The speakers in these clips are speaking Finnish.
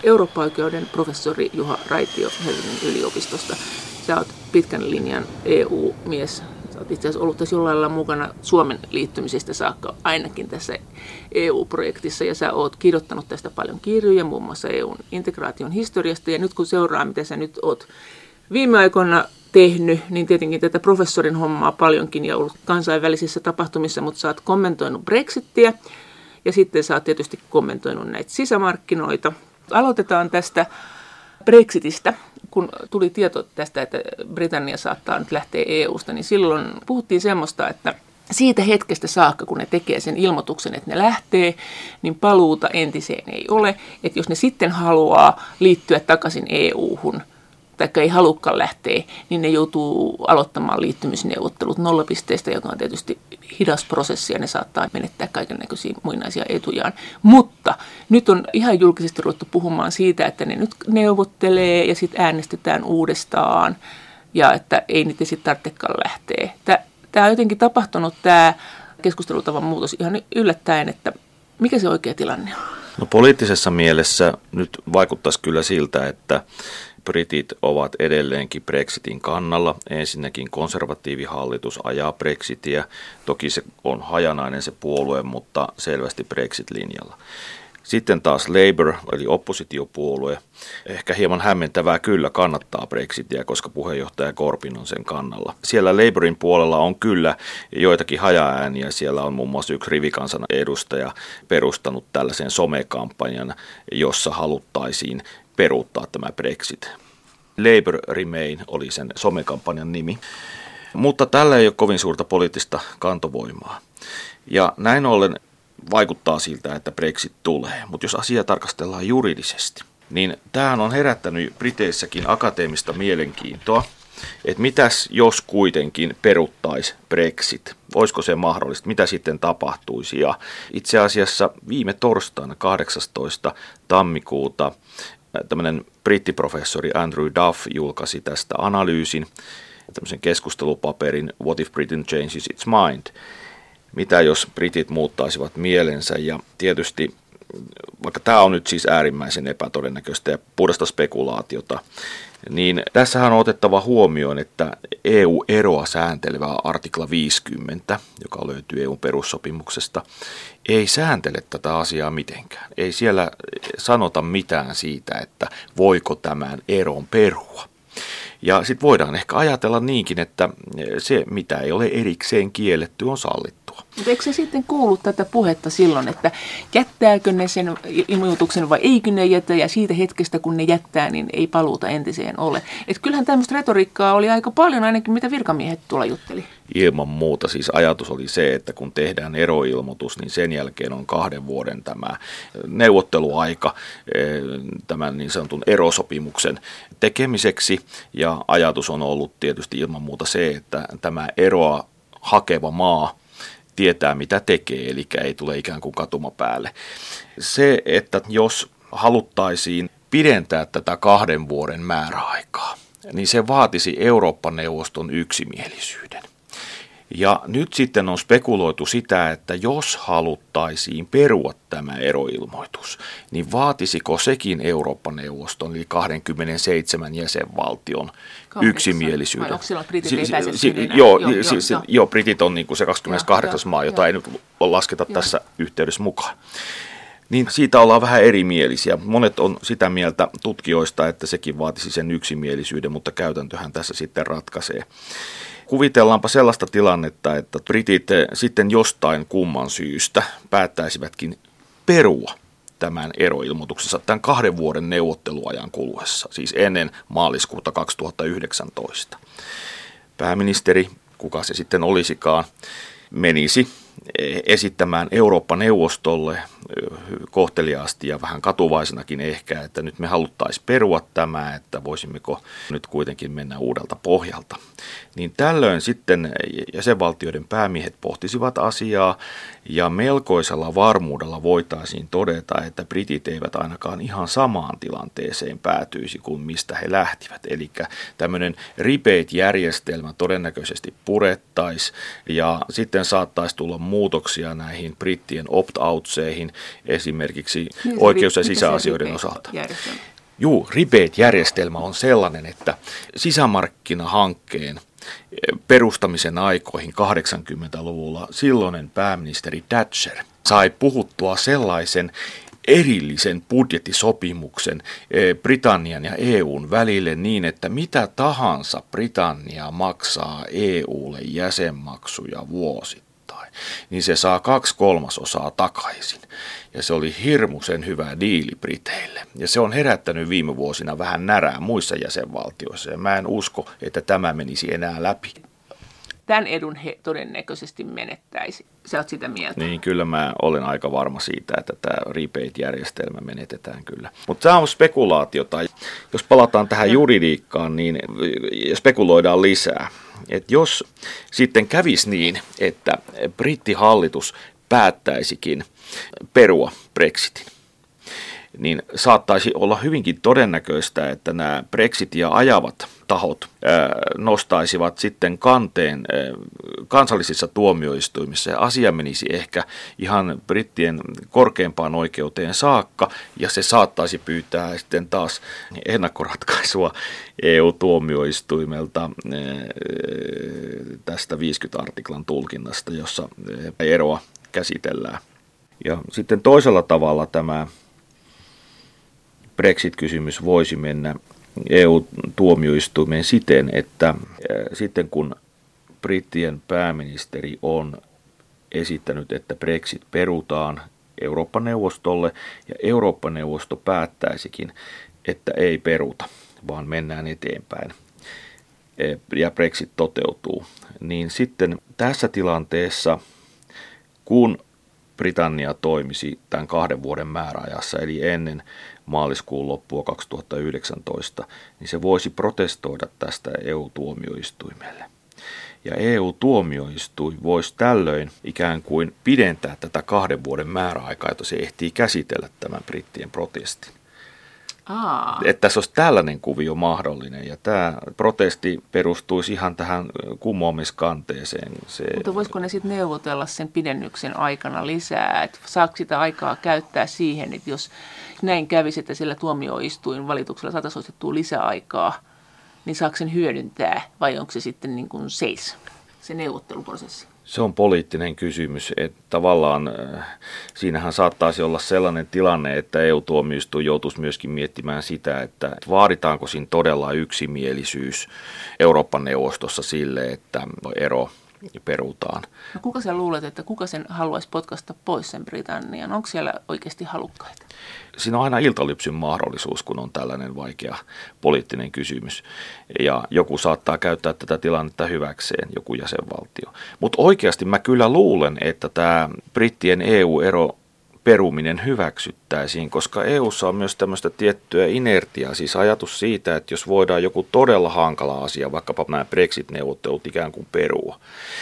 Eurooppa-oikeuden professori Juha Raitio Helsingin yliopistosta. Sä oot pitkän linjan EU-mies. Sä oot itse asiassa ollut tässä jollain lailla mukana Suomen liittymisestä saakka ainakin tässä EU-projektissa. Ja sä oot kirjoittanut tästä paljon kirjoja, muun muassa EUn integraation historiasta. Ja nyt kun seuraa, mitä sä nyt oot viime aikoina tehnyt, niin tietenkin tätä professorin hommaa paljonkin ja ollut kansainvälisissä tapahtumissa, mutta sä oot kommentoinut Brexittiä ja sitten sä oot tietysti kommentoinut näitä sisämarkkinoita. Aloitetaan tästä Brexitistä. Kun tuli tieto tästä, että Britannia saattaa nyt lähteä EUsta, niin silloin puhuttiin semmoista, että siitä hetkestä saakka, kun ne tekee sen ilmoituksen, että ne lähtee, niin paluuta entiseen ei ole. Että jos ne sitten haluaa liittyä takaisin EUhun, tai ei halukkaan lähteä, niin ne joutuu aloittamaan liittymisneuvottelut nollapisteestä, joka on tietysti hidas prosessi ja ne saattaa menettää kaikennäköisiä muinaisia etujaan. Mutta nyt on ihan julkisesti ruvettu puhumaan siitä, että ne nyt neuvottelee ja sitten äänestetään uudestaan ja että ei niitä sitten tarvitsekaan lähteä. Tämä on jotenkin tapahtunut tämä keskustelutavan muutos ihan yllättäen, että mikä se oikea tilanne on? No poliittisessa mielessä nyt vaikuttaisi kyllä siltä, että britit ovat edelleenkin Brexitin kannalla. Ensinnäkin konservatiivihallitus ajaa Brexitiä. Toki se on hajanainen se puolue, mutta selvästi Brexit-linjalla. Sitten taas Labour, eli oppositiopuolue, ehkä hieman hämmentävää kyllä kannattaa Brexitia, koska puheenjohtaja Corbyn on sen kannalla. Siellä Labourin puolella on kyllä joitakin hajaääniä. Siellä on muun muassa yksi rivikansan edustaja perustanut tällaisen somekampanjan, jossa haluttaisiin peruuttaa tämä Brexit. Labour Remain oli sen somekampanjan nimi, mutta tällä ei ole kovin suurta poliittista kantovoimaa. Ja näin ollen vaikuttaa siltä, että Brexit tulee, mutta jos asiaa tarkastellaan juridisesti, niin tämähän on herättänyt Briteissäkin akateemista mielenkiintoa, että mitäs jos kuitenkin peruttaisi Brexit, olisiko se mahdollista, mitä sitten tapahtuisi. Ja itse asiassa viime torstaina 18. tammikuuta tämmöinen brittiprofessori Andrew Duff julkaisi tästä analyysin, tämmöisen keskustelupaperin What if Britain changes its mind? Mitä jos britit muuttaisivat mielensä? Ja tietysti, vaikka tämä on nyt siis äärimmäisen epätodennäköistä ja puhdasta spekulaatiota, niin tässähän on otettava huomioon, että EU-eroa sääntelevä artikla 50, joka löytyy EUn perussopimuksesta, ei sääntele tätä asiaa mitenkään. Ei siellä sanota mitään siitä, että voiko tämän eron perua. Ja sitten voidaan ehkä ajatella niinkin, että se, mitä ei ole erikseen kielletty, on sallittua. Mutta eikö se sitten kuulu tätä puhetta silloin, että jättääkö ne sen ilmoituksen vai eikö ne jätä, ja siitä hetkestä kun ne jättää, niin ei paluuta entiseen ole. Että kyllähän tämmöistä retoriikkaa oli aika paljon, ainakin mitä virkamiehet tuolla jutteli. Ilman muuta siis ajatus oli se, että kun tehdään eroilmoitus, niin sen jälkeen on 2 vuoden tämä neuvotteluaika tämän niin sanotun erosopimuksen tekemiseksi. Ja ajatus on ollut tietysti ilman muuta se, että tämä eroa hakeva maa tietää mitä tekee, eli ei tule ikään kuin katuma päälle. Se, että jos haluttaisiin pidentää tätä 2 vuoden määräaikaa, niin se vaatisi Eurooppa-neuvoston yksimielisyyden. Ja nyt sitten on spekuloitu sitä, että jos haluttaisiin perua tämä eroilmoitus, niin vaatisiko sekin Eurooppa-neuvoston, eli 27 jäsenvaltion yksimielisyyden. Onko silloin britit ei pääse sinne? Joo, britit on niin kuin se 28. maa, jota ei nyt lasketa tässä yhteydessä mukaan. Niin siitä ollaan vähän erimielisiä. Monet on sitä mieltä tutkijoista, että sekin vaatisi sen yksimielisyyden, mutta käytäntöhän tässä sitten ratkaisee. Kuvitellaanpa sellaista tilannetta, että britit sitten jostain kumman syystä päättäisivätkin perua tämän eroilmoituksensa tämän 2 vuoden neuvotteluajan kuluessa, siis ennen maaliskuuta 2019. Pääministeri, kuka se sitten olisikaan, menisi esittämään Eurooppa-neuvostolle kohteliaasti ja vähän katuvaisenakin ehkä, että nyt me haluttaisiin perua tämä, että voisimmeko nyt kuitenkin mennä uudelta pohjalta. Niin tällöin sitten jäsenvaltioiden päämiehet pohtisivat asiaa ja melkoisella varmuudella voitaisiin todeta, että britit eivät ainakaan ihan samaan tilanteeseen päätyisi kuin mistä he lähtivät. Eli tämmöinen rebate-järjestelmä todennäköisesti purettaisi ja sitten saattaisi tulla muutoksia näihin brittien opt-outseihin esimerkiksi oikeus- ja sisäasioiden osalta. Juu, rebate-järjestelmä on sellainen, että sisämarkkinahankkeen perustamisen aikoihin 80-luvulla silloinen pääministeri Thatcher sai puhuttua sellaisen erillisen budjettisopimuksen Britannian ja EUn välille niin, että mitä tahansa Britannia maksaa EUlle jäsenmaksuja vuosittain, niin se saa 2/3 takaisin. Ja se oli hirmuisen hyvä diili Briteille. Ja se on herättänyt viime vuosina vähän närää muissa jäsenvaltioissa. Ja mä en usko, että tämä menisi enää läpi. Tämän edun he todennäköisesti menettäisi. Sä oot sitä mieltä? Niin, kyllä mä olen aika varma siitä, että tämä rebate-järjestelmä menetetään kyllä. Mutta tämä on spekulaatiota. Jos palataan tähän juridiikkaan, niin spekuloidaan lisää. Että jos sitten kävisi niin, että brittihallitus päättäisikin perua Brexitin, niin saattaisi olla hyvinkin todennäköistä, että nämä Brexitia ajavat tahot nostaisivat sitten kanteen kansallisissa tuomioistuimissa ja asia menisi ehkä ihan brittien korkeimpaan oikeuteen saakka ja se saattaisi pyytää sitten taas ennakkoratkaisua EU-tuomioistuimelta tästä 50 artiklan tulkinnasta, jossa eroa käsitellään. Ja sitten toisella tavalla tämä Brexit-kysymys voisi mennä EU-tuomioistuimeen siten, että sitten kun brittien pääministeri on esittänyt, että Brexit perutaan Eurooppa-neuvostolle ja Eurooppa-neuvosto päättäisikin, että ei peruta, vaan mennään eteenpäin ja Brexit toteutuu, niin sitten tässä tilanteessa, kun Britannia toimisi tämän 2 vuoden määräajassa, eli ennen maaliskuun loppua 2019, niin se voisi protestoida tästä EU-tuomioistuimelle. Ja EU-tuomioistuin voisi tällöin ikään kuin pidentää tätä 2 vuoden määräaikaa, että se ehtii käsitellä tämän brittien protestin. Että tässä olisi tällainen kuvio mahdollinen ja tämä protesti perustuisi ihan tähän kumoamiskanteeseen. Mutta voisiko ne sitten neuvotella sen pidennyksen aikana lisää? Että saako sitä aikaa käyttää siihen, että jos näin kävisi, että sillä tuomioistuin valituksella saataisiin ostettua lisäaikaa, niin saako sen hyödyntää vai onko se sitten niin kuin se neuvotteluprosessi? Se on poliittinen kysymys, että tavallaan siinähän saattaisi olla sellainen tilanne, että EU-tuomioistuin joutuisi myöskin miettimään sitä, että vaaditaanko siinä todella yksimielisyys Euroopan neuvostossa sille, että ero perutaan. No kuka sä luulet, että kuka sen haluaisi potkasta pois sen Britannian? Onko siellä oikeasti halukkaita? Siinä on aina iltalypsyn mahdollisuus, kun on tällainen vaikea poliittinen kysymys. Ja joku saattaa käyttää tätä tilannetta hyväkseen, joku jäsenvaltio. Mutta oikeasti mä kyllä luulen, että tämä brittien EU-ero peruminen hyväksyttäisiin, koska EU:ssa on myös tämmöistä tiettyä inertiaa, siis ajatus siitä, että jos voidaan joku todella hankala asia, vaikkapa nämä Brexit-neuvottelut ikään kuin perua,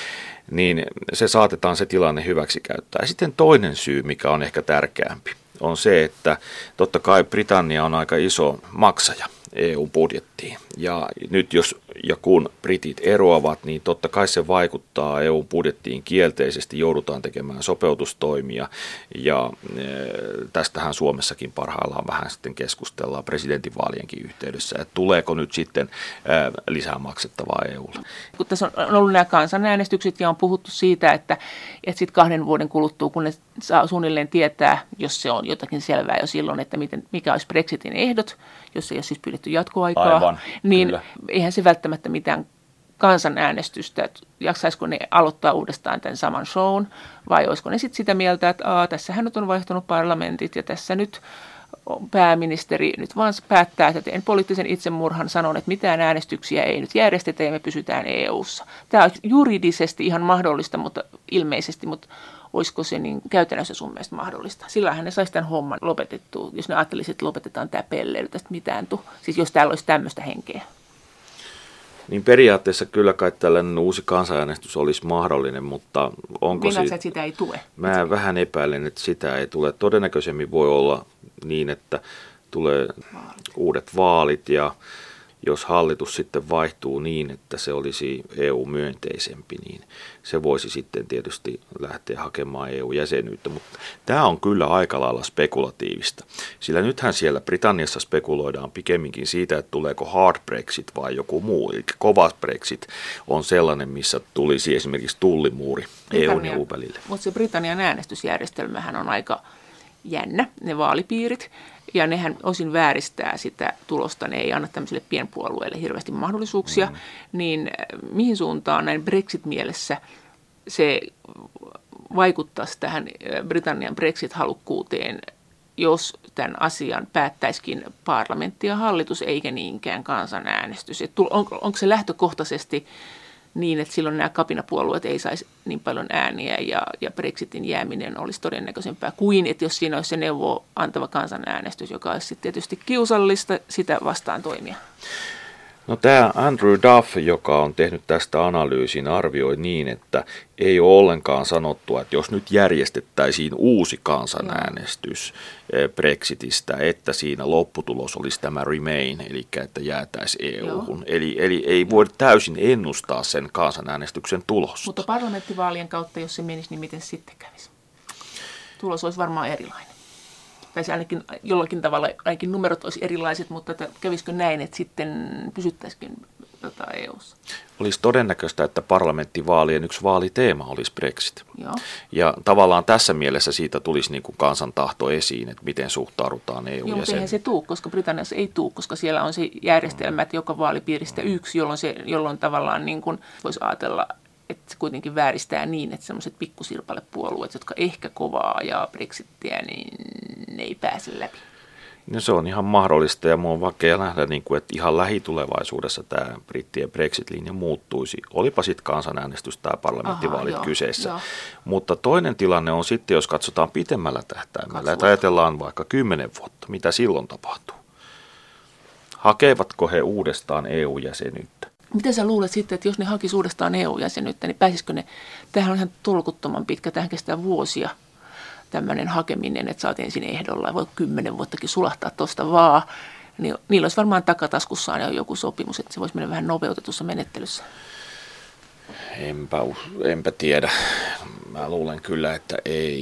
niin se saatetaan se tilanne hyväksi käyttää. Ja sitten toinen syy, mikä on ehkä tärkeämpi, on se, että totta kai Britannia on aika iso maksaja EU-budjettiin. Ja nyt jos ja kun britit eroavat, niin totta kai se vaikuttaa EU-budjettiin kielteisesti, joudutaan tekemään sopeutustoimia ja tästähän Suomessakin parhaillaan vähän sitten keskustellaan presidentinvaalienkin yhteydessä, että tuleeko nyt sitten lisää maksettavaa EUlle. Kun tässä on ollut nämä kansanäänestykset ja on puhuttu siitä, että sitten 2 vuoden kuluttua, kun ne saa suunnilleen tietää, jos se on jotakin selvää jo silloin, että mikä olisi Brexitin ehdot, jos ei ole siis pyydetty jatkoaikaa, aivan, niin kyllä. Eihän se välttämättä mitään kansanäänestystä, että jaksaisiko ne aloittaa uudestaan tämän saman shown, vai olisiko ne sitten sitä mieltä, että tässähän nyt on vaihtunut parlamentit ja tässä nyt pääministeri nyt vaan päättää, että teen poliittisen itsemurhan, sanon, että mitään äänestyksiä ei nyt järjestetä ja me pysytään EU:ssa. Tämä on juridisesti ihan mahdollista, mutta ilmeisesti, mutta olisiko se niin käytännössä sun mielestä mahdollista? Sillähän ne saisi tämän homman lopetettua, jos ne ajattelisivat, että lopetetaan tämä pelleily, tästä mitään siis jos täällä olisi tämmöistä henkeä. Niin periaatteessa kyllä kai tällainen uusi kansanäänestys olisi mahdollinen, mutta onko että sitä ei tule? Mä vähän epäilen, että sitä ei tule. Todennäköisemmin voi olla niin, että tulee uudet vaalit jos hallitus sitten vaihtuu niin, että se olisi EU-myönteisempi, niin se voisi sitten tietysti lähteä hakemaan EU-jäsenyyttä, mutta tämä on kyllä aika lailla spekulatiivista, sillä nythän siellä Britanniassa spekuloidaan pikemminkin siitä, että tuleeko hard Brexit vai joku muu, eli kova Brexit on sellainen, missä tulisi esimerkiksi tullimuuri EUn ja EU välille. Mutta se Britannian äänestysjärjestelmähän on aika jännä, ne vaalipiirit, ja nehän osin vääristää sitä tulosta, ne ei anna tämmöiselle pienpuolueelle hirveästi mahdollisuuksia, niin mihin suuntaan näin Brexit-mielessä se vaikuttaisi tähän Britannian Brexit-halukkuuteen, jos tämän asian päättäisikin parlamentti ja hallitus, eikä niinkään kansanäänestys? Onko se lähtökohtaisesti niin, että silloin nämä kapinapuolueet ei saisi niin paljon ääniä ja Brexitin jääminen olisi todennäköisempää kuin, että jos siinä olisi se neuvoa antava kansanäänestys, joka olisi tietysti kiusallista sitä vastaan toimia. No tämä Andrew Duff, joka on tehnyt tästä analyysin, arvioi niin, että ei ole ollenkaan sanottua, että jos nyt järjestettäisiin uusi kansanäänestys Brexitistä, että siinä lopputulos olisi tämä Remain, eli että jäätäisiin EU-hun. Eli ei voida täysin ennustaa sen kansanäänestyksen tulosta. Mutta parlamenttivaalien kautta, jos se menisi, niin miten sitten kävisi? Tulos olisi varmaan erilainen. Tai se ainakin jollakin tavalla, ainakin numerot olisi erilaiset, mutta kävisikö näin, että sitten pysyttäisikin EU:ssa? Olisi todennäköistä, että parlamenttivaalien yksi vaaliteema olisi Brexit. Joo. Ja tavallaan tässä mielessä siitä tulisi niin kuin kansan tahto esiin, että miten suhtaudutaan EU-jäsenyyteen. Joo, mutta eihän se tule, koska Britanniassa ei tule, koska siellä on se järjestelmä, että joka vaalipiiristä yksi, jolloin tavallaan niin kuin voisi ajatella, että se kuitenkin vääristää niin, että sellaiset pikkusirpalepuolueet, jotka ehkä kovaa ajaa Brexittiä, niin ne ei pääse läpi. No se on ihan mahdollista ja minun on vaikea nähdä, että ihan lähitulevaisuudessa tämä brittien Brexit-linja muuttuisi. Olipa sitten kansanäänestys tai parlamenttivaalit kyseessä. Joo. Mutta toinen tilanne on sitten, jos katsotaan pitemmällä tähtäimellä, että ajatellaan vaikka 10 vuotta, mitä silloin tapahtuu. Hakevatko he uudestaan EU-jäsenyyttä? Miten sä luulet sitten, että jos ne hakisi uudestaan EU-jäsenyyttä, niin pääsisikö ne, tämähän on ihan tolkuttoman pitkä, tähän kestää vuosia tämmöinen hakeminen, että sä oot ensin ehdolla ja voi 10 vuottakin sulahtaa tuosta vaan, niin niillä olisi varmaan takataskussaan jo joku sopimus, että se voisi mennä vähän nopeutetussa menettelyssä. Enpä tiedä. Mä luulen kyllä, että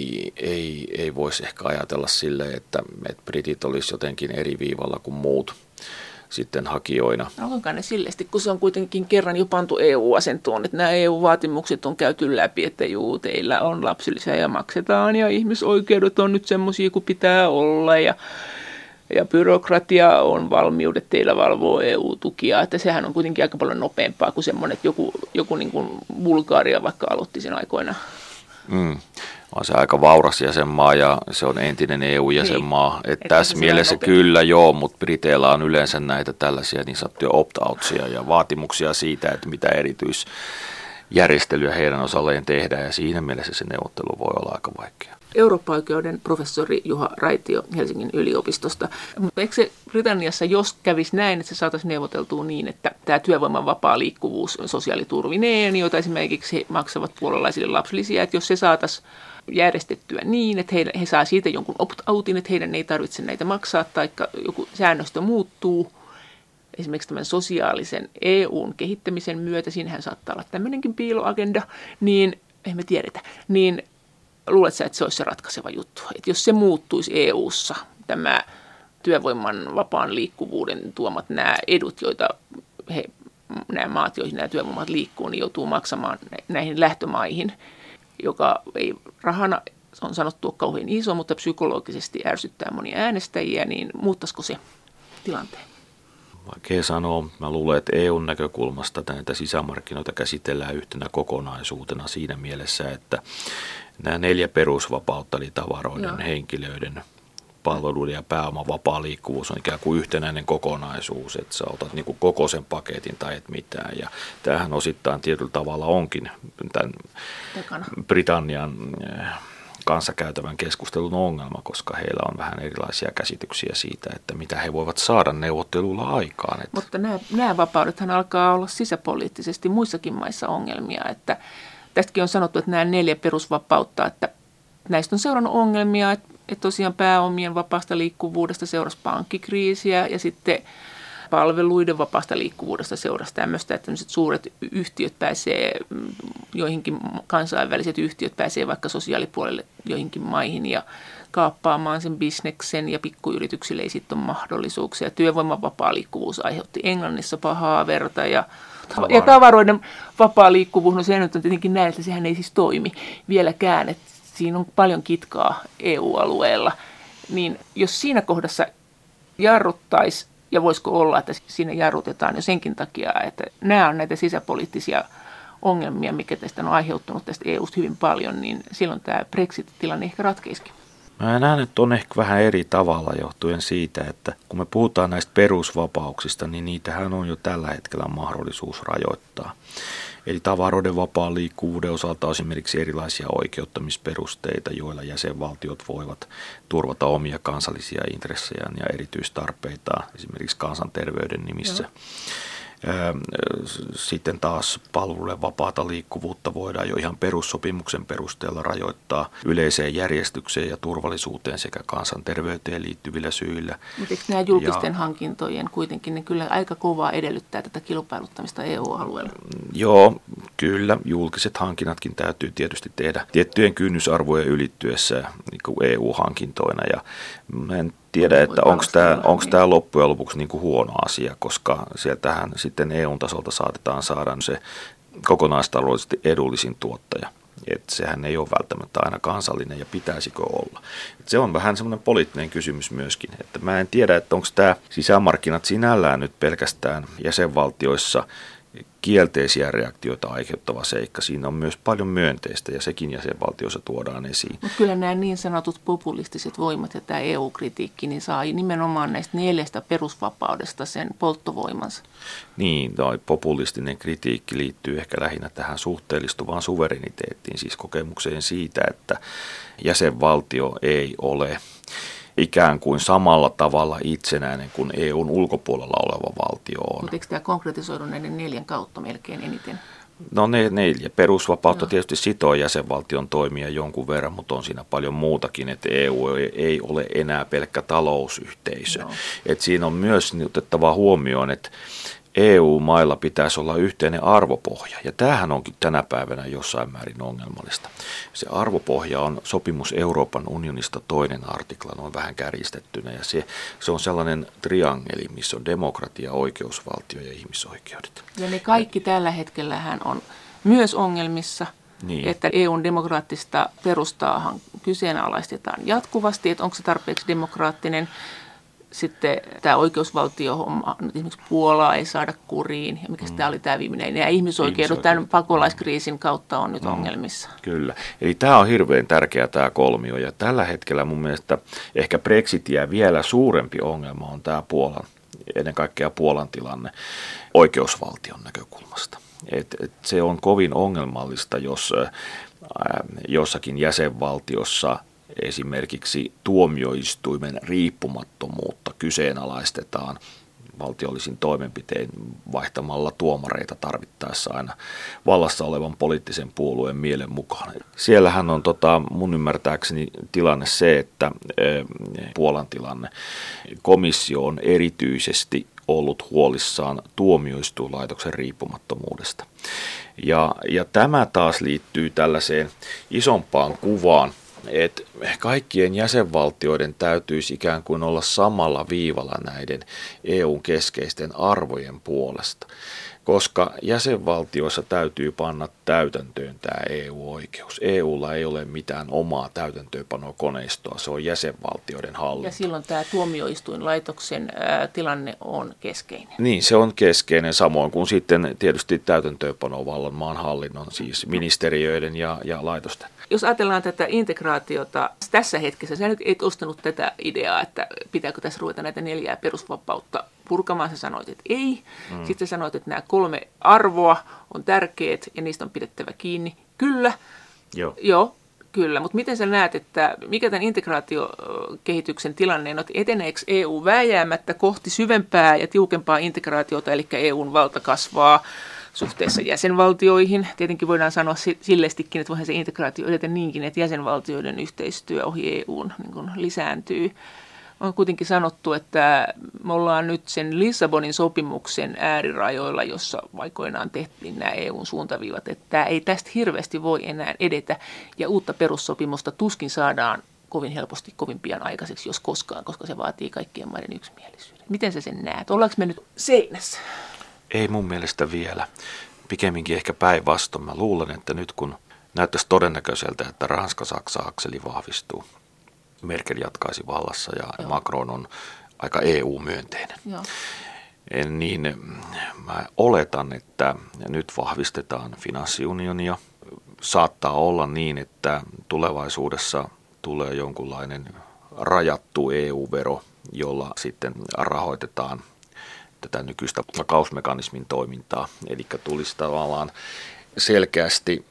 ei voisi ehkä ajatella silleen, että britit olisi jotenkin eri viivalla kuin muut sitten hakijoina. Onkaan ne silleesti, kun se on kuitenkin kerran jo pantu EU-asentoon, että nämä EU-vaatimukset on käyty läpi, että juu, teillä on lapsilisä ja maksetaan ja ihmisoikeudet on nyt semmoisia kuin pitää olla ja byrokratia on valmiudet teillä valvoo EU-tukia, että sehän on kuitenkin aika paljon nopeampaa kuin semmoinen, että joku niin kuin Bulgaria vaikka aloitti sen aikoina. On se aika vauras jäsenmaa ja se on entinen EU-jäsenmaa. Niin. Että tässä mielessä kyllä joo, mutta Briteillä on yleensä näitä tällaisia niin sanottuja opt-outsia ja vaatimuksia siitä, että mitä erityisjärjestelyjä heidän osalleen tehdään ja siinä mielessä se neuvottelu voi olla aika vaikea. Eurooppa-oikeuden professori Juha Raitio Helsingin yliopistosta. Mutta eikö se Britanniassa, jos kävisi näin, että se saataisiin neuvoteltua niin, että tämä työvoiman vapaa liikkuvuus sosiaaliturvineen, joita esimerkiksi maksavat puolalaisille lapsilisiä, että jos se saataisiin järjestettyä niin, että he saa siitä jonkun opt-outin, että heidän ei tarvitse näitä maksaa, tai joku säännöstö muuttuu, esimerkiksi tämän sosiaalisen EUn kehittämisen myötä, siinähän saattaa olla tämmöinenkin piiloagenda, niin ei me tiedetä, niin luuletko sä, että se olisi se ratkaiseva juttu? Että jos se muuttuisi EU:ssa, tämä työvoiman vapaan liikkuvuuden tuomat nämä edut, joita nämä maat, joihin nämä työvoimat liikkuu, niin joutuu maksamaan näihin lähtömaihin, joka ei rahana, on sanottu, kauhean iso, mutta psykologisesti ärsyttää monia äänestäjiä, niin muuttaisiko se tilanteen? Vaikea sanoa. Mä luulen, että EUn näkökulmasta näitä sisämarkkinoita käsitellään yhtenä kokonaisuutena siinä mielessä, että nämä 4 perusvapautta, eli tavaroiden, henkilöiden, palveluiden ja pääoman vapaa liikkuvuus on ikään kuin yhtenäinen kokonaisuus, että sä otat niin kuin koko sen paketin tai et mitään. Ja tämähän osittain tietyllä tavalla onkin tämän Britannian kanssa käytävän keskustelun ongelma, koska heillä on vähän erilaisia käsityksiä siitä, että mitä he voivat saada neuvottelulla aikaan. Mutta nämä vapaudethan alkaa olla sisäpoliittisesti muissakin maissa ongelmia, että tästäkin on sanottu, että nämä 4 perusvapautta, että näistä on seurannut ongelmia, että tosiaan pääomien vapaasta liikkuvuudesta seurasi pankkikriisiä ja sitten palveluiden vapaasta liikkuvuudesta seurasi tämmöistä, että tämmöiset suuret yhtiöt pääsee, joihinkin kansainväliset yhtiöt pääsee vaikka sosiaalipuolelle joihinkin maihin ja kaappaamaan sen bisneksen ja pikkuyrityksille ei sitten ole mahdollisuuksia. Työvoiman vapaa liikkuvuus aiheutti Englannissa pahaa verta ja tavaroiden vapaa liikkuvuus, no se nyt on tietenkin näin, että sehän ei siis toimi vieläkään, että siinä on paljon kitkaa EU-alueella, niin jos siinä kohdassa jarruttaisi, ja voisiko olla, että siinä jarrutetaan jo senkin takia, että nämä on näitä sisäpoliittisia ongelmia, mikä tästä on aiheuttanut tästä EUsta hyvin paljon, niin silloin tämä Brexit-tilanne ehkä ratkeisikin. Mä näen, että on ehkä vähän eri tavalla johtuen siitä, että kun me puhutaan näistä perusvapauksista, niin niitähän on jo tällä hetkellä mahdollisuus rajoittaa. Eli tavaroiden vapaan liikkuvuuden osalta on esimerkiksi erilaisia oikeuttamisperusteita, joilla jäsenvaltiot voivat turvata omia kansallisia intressejään ja erityistarpeitaan esimerkiksi kansanterveyden nimissä. Sitten taas palveluiden vapaata liikkuvuutta voidaan jo ihan perussopimuksen perusteella rajoittaa yleiseen järjestykseen ja turvallisuuteen sekä kansanterveyteen liittyvillä syillä. Mutta eikö nämä julkisten hankintojen kuitenkin niin kyllä aika kovaa edellyttää tätä kilpailuttamista EU-alueella? Joo, kyllä. Julkiset hankinnatkin täytyy tietysti tehdä tiettyjen kynnysarvojen ylittyessä niin EU-hankintoina ja en tiedä, että onko tämä loppujen lopuksi niin kuin huono asia, koska sieltähän sitten EU-tasolta saatetaan saada se kokonaistaloudellisesti edullisin tuottaja. Että sehän ei ole välttämättä aina kansallinen ja pitäisikö olla. Et se on vähän semmoinen poliittinen kysymys myöskin. Että mä en tiedä, että onko tämä sisämarkkinat sinällään nyt pelkästään jäsenvaltioissa kielteisiä reaktioita aiheuttava seikka. Siinä on myös paljon myönteistä ja sekin jäsenvaltioissa tuodaan esiin. Mutta kyllä nämä niin sanotut populistiset voimat ja tämä EU-kritiikki niin saa nimenomaan näistä 4 perusvapaudesta sen polttovoimansa. Niin, populistinen kritiikki liittyy ehkä lähinnä tähän suhteellistuvaan suvereniteettiin, siis kokemukseen siitä, että jäsenvaltio ei ole ikään kuin samalla tavalla itsenäinen kuin EUn ulkopuolella oleva valtio on. Mutta eikö tämä konkretisoidu näiden 4 kautta melkein eniten? No 4. Perusvapautta tietysti sitoo jäsenvaltion toimia jonkun verran, mutta on siinä paljon muutakin, että EU ei ole enää pelkkä talousyhteisö. No. Että siinä on myös otettava huomioon, että EU-mailla pitäisi olla yhteinen arvopohja, ja tämähän onkin tänä päivänä jossain määrin ongelmallista. Se arvopohja on sopimus Euroopan unionista 2. artikla, on vähän kärjistettynä, ja se on sellainen triangeli, missä on demokratia, oikeusvaltio ja ihmisoikeudet. Ja ne kaikki tällä hetkellähän on myös ongelmissa, niin. Että EUn demokraattista perustaahan kyseenalaistetaan jatkuvasti, että onko se tarpeeksi demokraattinen. Sitten tämä oikeusvaltiohomma, esimerkiksi Puolaa ei saada kuriin, ja mikä tämä oli tämä viimeinen, ja ihmisoikeudet tämän pakolaiskriisin kautta on nyt ongelmissa. Kyllä, eli tämä on hirveän tärkeä tämä kolmio, ja tällä hetkellä mun mielestä ehkä Brexitiä vielä suurempi ongelma on tämä ennen kaikkea Puolan tilanne oikeusvaltion näkökulmasta. Se on kovin ongelmallista, jos jossakin jäsenvaltiossa esimerkiksi tuomioistuimen riippumattomuutta kyseenalaistetaan valtiollisin toimenpitein vaihtamalla tuomareita tarvittaessa aina vallassa olevan poliittisen puolueen mielen mukaan. Siellähän on mun ymmärtääkseni tilanne se, että Puolan tilanne, komissio on erityisesti ollut huolissaan tuomioistuinlaitoksen riippumattomuudesta. Ja tämä taas liittyy tällaiseen isompaan kuvaan, että kaikkien jäsenvaltioiden täytyisi ikään kuin olla samalla viivalla näiden EUn keskeisten arvojen puolesta, koska jäsenvaltioissa täytyy panna täytäntöön tämä EU-oikeus. EUlla ei ole mitään omaa täytäntöönpanokoneistoa, se on jäsenvaltioiden hallinto. Ja silloin tämä tuomioistuinlaitoksen tilanne on keskeinen. Niin, se on keskeinen, samoin kuin sitten tietysti täytäntöönpanovallan maan hallinnon, siis ministeriöiden ja laitosten. Jos ajatellaan tätä integraatiota tässä hetkessä, sä nyt et ostanut tätä ideaa, että pitääkö tässä ruveta näitä 4 perusvapautta purkamaan. Sä sanoit, että ei. Sitten sä sanoit, että nämä 3 arvoa on tärkeät ja niistä on pidettävä kiinni. Kyllä. Joo, kyllä. Mutta miten sä näet, että mikä tämän integraatiokehityksen tilanne on? Eteneekö EU vääjäämättä kohti syvempää ja tiukempaa integraatiota, eli EUn valta kasvaa suhteessa jäsenvaltioihin? Tietenkin voidaan sanoa sillestikin, että voihan se integraatio edetä niinkin, että jäsenvaltioiden yhteistyö ohi EUn niin kuin lisääntyy. On kuitenkin sanottu, että me ollaan nyt sen Lissabonin sopimuksen äärirajoilla, jossa aikoinaan tehtiin nämä EUn suuntaviivat, että tämä ei tästä hirveästi voi enää edetä ja uutta perussopimusta tuskin saadaan kovin helposti, kovin pian aikaiseksi, jos koskaan, koska se vaatii kaikkien maiden yksimielisyyden. Miten sä sen näet? Ollaanko me nyt seinässä? Ei mun mielestä vielä. Pikemminkin ehkä päinvastoin. Mä luulen, että nyt kun näyttäisi todennäköiseltä, että Ranska-Saksa-akseli vahvistuu, Merkel jatkaisi vallassa ja Macron on aika EU-myönteinen. Joo. Niin mä oletan, että nyt vahvistetaan finanssiunionia. Saattaa olla niin, että tulevaisuudessa tulee jonkunlainen rajattu EU-vero, jolla sitten rahoitetaan tätä nykyistä vakausmekanismin toimintaa. Eli tulisi tavallaan selkeästi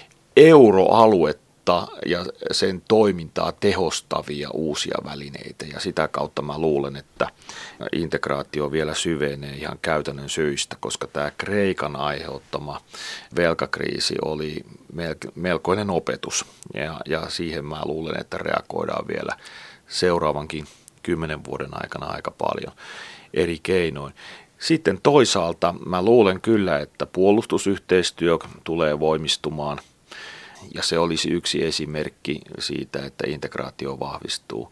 euroaluetta ja sen toimintaa tehostavia uusia välineitä. Ja sitä kautta mä luulen, että integraatio vielä syvenee ihan käytännön syistä, koska tämä Kreikan aiheuttama velkakriisi oli melkoinen opetus. Ja siihen mä luulen, että reagoidaan vielä seuraavankin 10 vuoden aikana aika paljon eri keinoin. Sitten toisaalta mä luulen kyllä, että puolustusyhteistyö tulee voimistumaan. Ja se olisi yksi esimerkki siitä, että integraatio vahvistuu.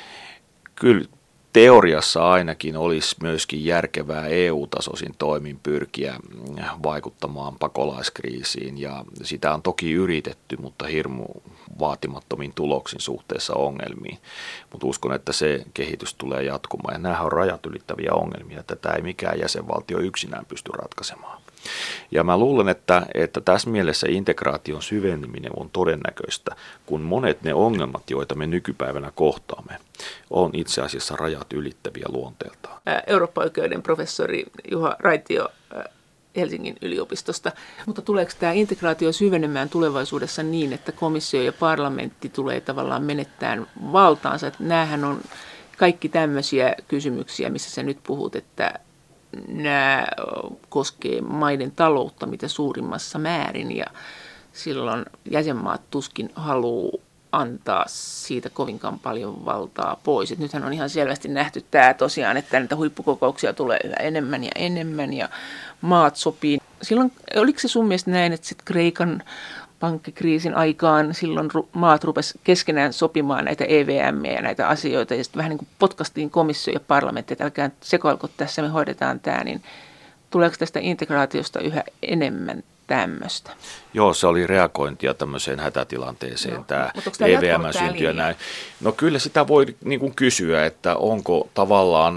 Kyllä teoriassa ainakin olisi myöskin järkevää EU-tasoisin toimin pyrkiä vaikuttamaan pakolaiskriisiin. Ja sitä on toki yritetty, mutta hirmu vaatimattomin tuloksin suhteessa ongelmiin. Mutta uskon, että se kehitys tulee jatkumaan. Ja nämähän on rajat ylittäviä ongelmia. Tätä ei mikään jäsenvaltio yksinään pysty ratkaisemaan. Ja mä luulen, että tässä mielessä integraation syveneminen on todennäköistä, kun monet ne ongelmat, joita me nykypäivänä kohtaamme, on itse asiassa rajat ylittäviä luonteeltaan. Eurooppa-oikeuden professori Juha Raitio Helsingin yliopistosta. Mutta tuleeko tämä integraatio syvenemään tulevaisuudessa niin, että komissio ja parlamentti tulee tavallaan menettämään valtaansa? Että näähän on kaikki tämmöisiä kysymyksiä, missä sä nyt puhut, että nämä koskee maiden taloutta mitä suurimmassa määrin ja silloin jäsenmaat tuskin haluaa antaa siitä kovinkaan paljon valtaa pois. Et nythän on ihan selvästi nähty tämä tosiaan, että näitä huippukokouksia tulee yhä enemmän ja maat sopii. Silloin, oliko se sun mielestä näin, että sitten Kreikan pankkikriisin aikaan silloin maat rupesivat keskenään sopimaan näitä EVM ja näitä asioita ja sitten vähän niin kuin potkaistiin komissio ja parlamentti, että älkää sekoilko tässä, me hoidetaan tämä, niin tuleeko tästä integraatiosta yhä enemmän tämmöistä? Joo, se oli reagointia tämmöiseen hätätilanteeseen, tämä EVM-synty ja näin. No kyllä sitä voi niin kuin kysyä, että onko tavallaan